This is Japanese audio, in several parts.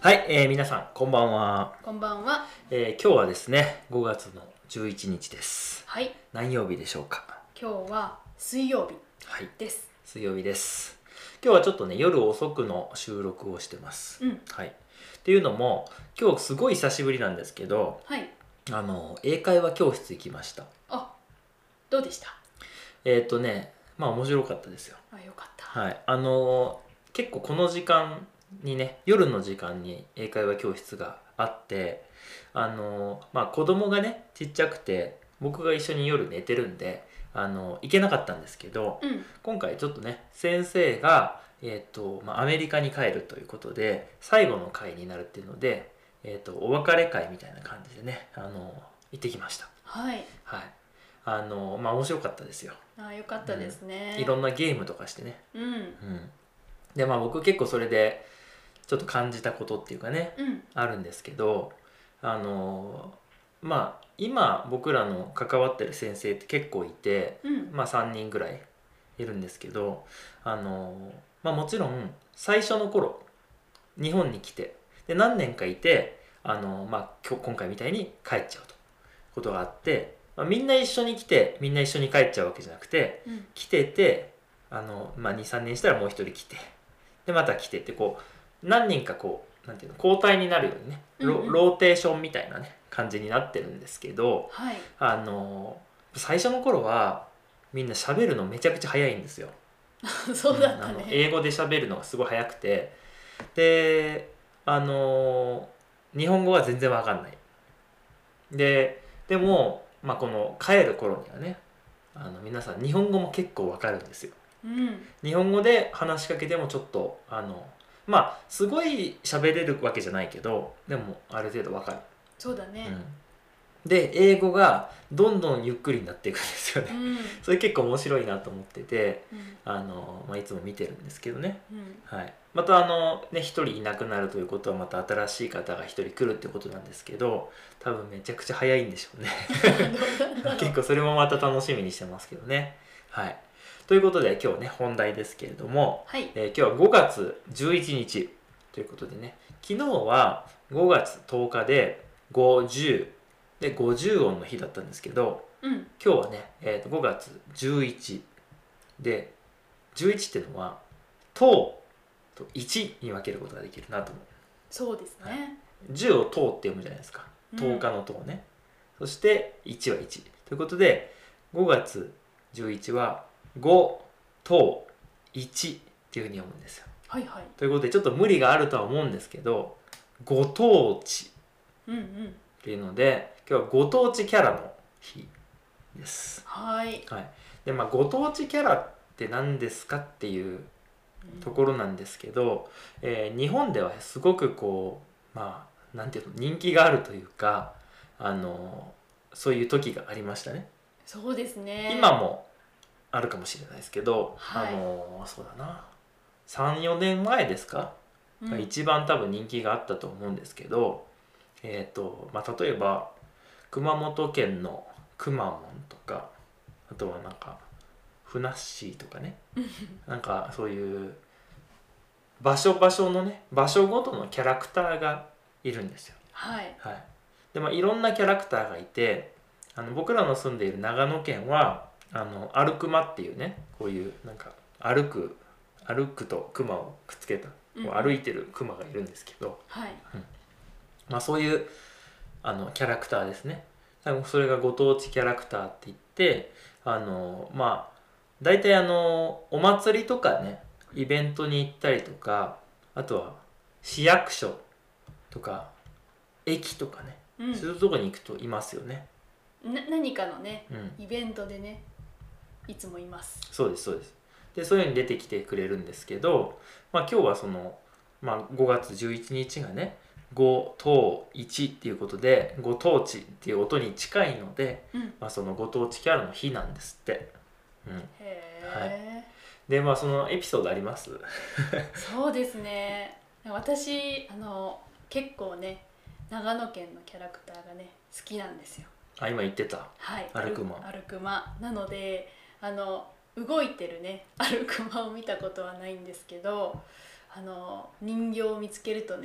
はい、皆さんこんばんは。 こんばんは。 今日はですね、5月の11日です。 はい。 何曜日でしょうか。 今日は水曜日はい、 です。 水曜日です。今日はちょっとね、夜遅くの収録をしてます。はい。っていうのも、今日すごい久しぶりなんですけど、 はい。 英会話教室行きました。 あ、どうでした？ まあ面白かったですよ。 あ、よかった。 はい。結構この時間にね、夜の時間に英会話教室があって、まあ子供がね、ちっちゃくて、僕が一緒に夜寝てるんで、行けなかったんですけど、今回ちょっとね、先生が、アメリカに帰るということで、最後の回になるっていうので、お別れ会みたいな感じでね、行ってきました。 はい。 はい。まあ面白かったですよ。 あ、よかったですね。 いろんなゲームとかしてね。 うん。 で、まあ僕結構それで、ちょっと感じたことっていうかね、あるんですけど、まあ今僕らの関わってる先生って結構いて、まあ3人ぐらいいるんですけど、まあもちろん最初の頃日本に来てで何年かいてまあ今回みたいに帰っちゃうとことがあって、まあ、みんな一緒に来てみんな一緒に帰っちゃうわけじゃなくて、来ててまあ、23年したらもう一人来てでまた来てってこう何人かこうなんていうの交代になるようにね、ローテーションみたいなね感じになってるんですけど、 はい。 最初の頃はみんな喋るのめちゃくちゃ早いんですよ。 そうだったね。 英語で喋るのがすごい早くてで日本語は全然わかんないでも、まあ、この帰る頃にはね皆さん日本語も結構わかるんですよ。日本語で話しかけてもちょっとまあすごい喋れるわけじゃないけどでもある程度わかる。 そうだね。 で英語がどんどんゆっくりになっていくんですよね。それ結構面白いなと思ってて、まあ、いつも見てるんですけどね。はい、またね一人いなくなるということはまた新しい方が一人来るってことなんですけど多分めちゃくちゃ早いんでしょうね。結構それもまた楽しみにしてますけどね。はい。ということで今日ね本題ですけれども、今日は5月11日ということでね昨日は5月10日で50で50音の日だったんですけど、今日はね、5月11で11っていうのは「10」と「1」に分けることができるなと思う。 そうですね。 10を「10」って読むじゃないですか。10日の10ね。そして1は1ということで5月11は5、10、1っていうふうに読むんですよ。 はいはい。 ということでちょっと無理があるとは思うんですけどご当地っていうので今日はご当地キャラの日です。 はい。 でまあご当地キャラって何ですかっていうところなんですけど、日本ではすごくこうまあなんていうの人気があるというかそういう時がありましたね。 そうですね。 今もあるかもしれないですけど、 はい、 そうだな34年前ですか、が一番多分人気があったと思うんですけど、まあ、例えば熊本県のくまモンとかあとはなんかふなっしーとかねなんかそういう場所場所のね場所ごとのキャラクターがいるんですよ。 はい。 でいろんなキャラクターがいて僕らの住んでいる長野県は歩くまっていうねこういうなんか歩くと熊をくっつけたこう歩いてる熊がいるんですけど、まあ、そういうキャラクターですね。多分それがご当地キャラクターって言ってまあ大体お祭りとかねイベントに行ったりとかあとは市役所とか駅とかね、そういうとこに行くといますよね。 何かのね、イベントでねいつもいます。 そうですそうです。でそういうふうに出てきてくれるんですけど、まあ、今日はその、まあ、5月11日がねご当地っていうことでご当地っていう音に近いので、まあ、そのご当地キャラの日なんですって。でまあそのエピソードあります？ そうですね。私結構ね長野県のキャラクターがね好きなんですよ。 あ今言ってた。 はい。 歩くま。 歩くまなので動いてるね歩くまを見たことはないんですけど人形を見つけるとね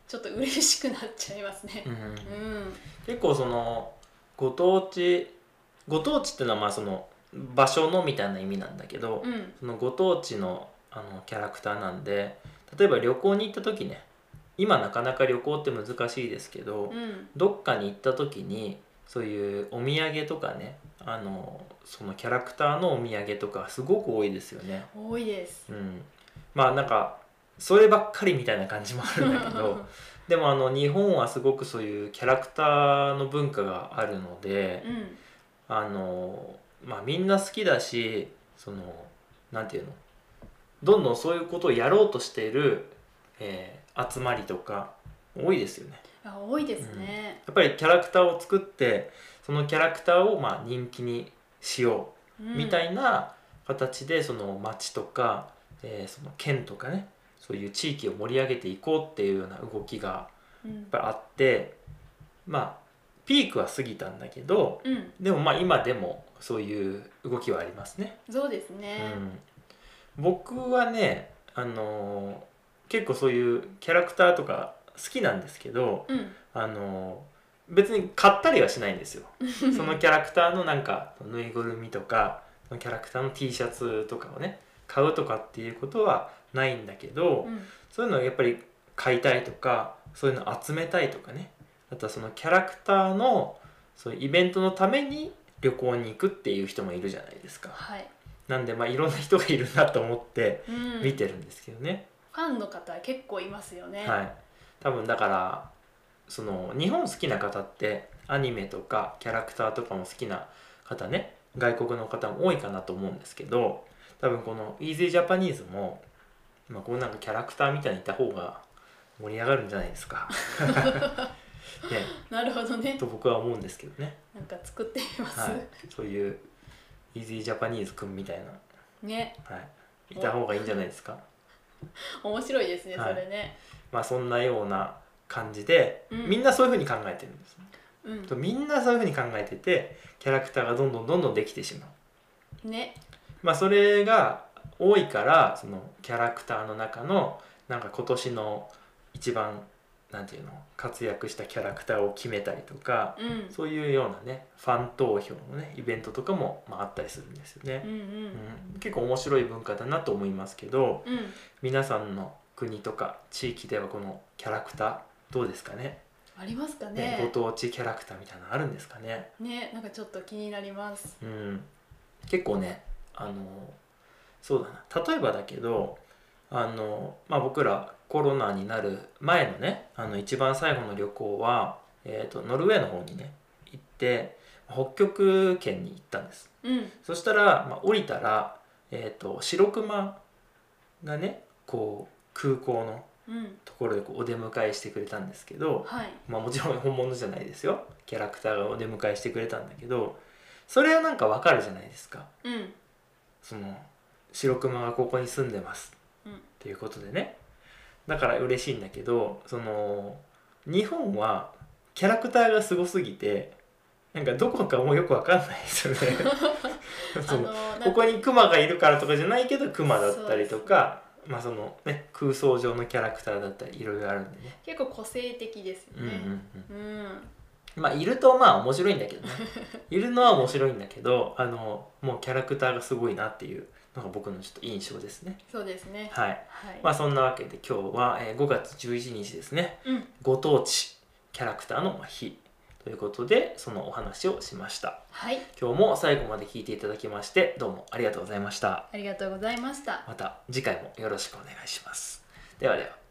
ちょっと嬉しくなっちゃいますね。 結構そのご当地っていうのはまあその場所のみたいな意味なんだけど、そのご当地のキャラクターなんで、例えば旅行に行った時ね、今なかなか旅行って難しいですけど、どっかに行った時にそういうお土産とかね、そのキャラクターのお土産とかすごく多いですよね。 多いです。 まあなんかそればっかりみたいな感じもあるんだけどでも日本はすごくそういうキャラクターの文化があるので、まあみんな好きだし、そのなんていうの、どんどんそういうことをやろうとしている、集まりとか多いですよね。 多いですね、 やっぱりキャラクターを作ってそのキャラクターをまあ人気にしようみたいな形で、その町とか、その県とかね、そういう地域を盛り上げていこうっていうような動きがやっぱりあって、まあピークは過ぎたんだけど、でもまあ今でもそういう動きはありますね。 そうですね、 僕はね、結構そういうキャラクターとか好きなんですけど、別に買ったりはしないんですよそのキャラクターのなんかぬいぐるみとかそのキャラクターの T シャツとかをね買うとかっていうことはないんだけど、そういうのをやっぱり買いたいとか、そういうのを集めたいとかね、あとはそのキャラクターのそういうイベントのために旅行に行くっていう人もいるじゃないですか。なんでまあいろんな人がいるなと思って見てるんですけどね。 ファンの方結構いますよね。 多分だからその日本好きな方ってアニメとかキャラクターとかも好きな方ね、外国の方も多いかなと思うんですけど、多分この Easy Japanese も、まあ、こうなんかキャラクターみたいにいた方が盛り上がるんじゃないですかね、 なるほどねと僕は思うんですけどね。 なんか作ってみます、 そういう Easy Japanese くんみたいなね、 いた方がいいんじゃないですか面白いですね、それね。 まあそんなような感じで、みんなそういうふうに考えてるんですね、みんなそういうふうに考えてて、キャラクターがどんどんできてしまうね。 まあそれが多いから、そのキャラクターの中のなんか今年の一番なんていうの活躍したキャラクターを決めたりとか、そういうようなねファン投票のねイベントとかも、まあ、あったりするんですよね。結構面白い文化だなと思いますけど、皆さんの国とか地域ではこのキャラクターどうですかね。 ありますかね。 ご当地キャラクターみたいなのあるんですかね。 なんかちょっと気になります。 結構ねそうだな、例えばだけどまあ、僕らコロナになる前のね一番最後の旅行は、ノルウェーの方にね行って北極圏に行ったんです、そしたら、まあ、降りたら、白熊がねこう空港のところでこうお出迎えしてくれたんですけど、まあ、もちろん本物じゃないですよ、キャラクターがお出迎えしてくれたんだけど、それはなんかわかるじゃないですか、その白熊がここに住んでますっていうことでね、だから嬉しいんだけど、その日本はキャラクターがすごすぎてなんかどこかもうよくわかんないですよねそのここにクマがいるからとかじゃないけどクマだったりとか、まあそのね空想上のキャラクターだったりいろいろあるんでね、 結構個性的ですよね。 まあいるとまあ面白いんだけどねいるのは面白いんだけどもうキャラクターがすごいなっていうのが僕のちょっと印象ですね。 そうですね。 まあそんなわけで今日は5月11日ですね、ご当地キャラクターの日ということでそのお話をしました。今日も最後まで聞いていただきましてどうもありがとうございました。 ありがとうございました。 また次回もよろしくお願いします。ではでは。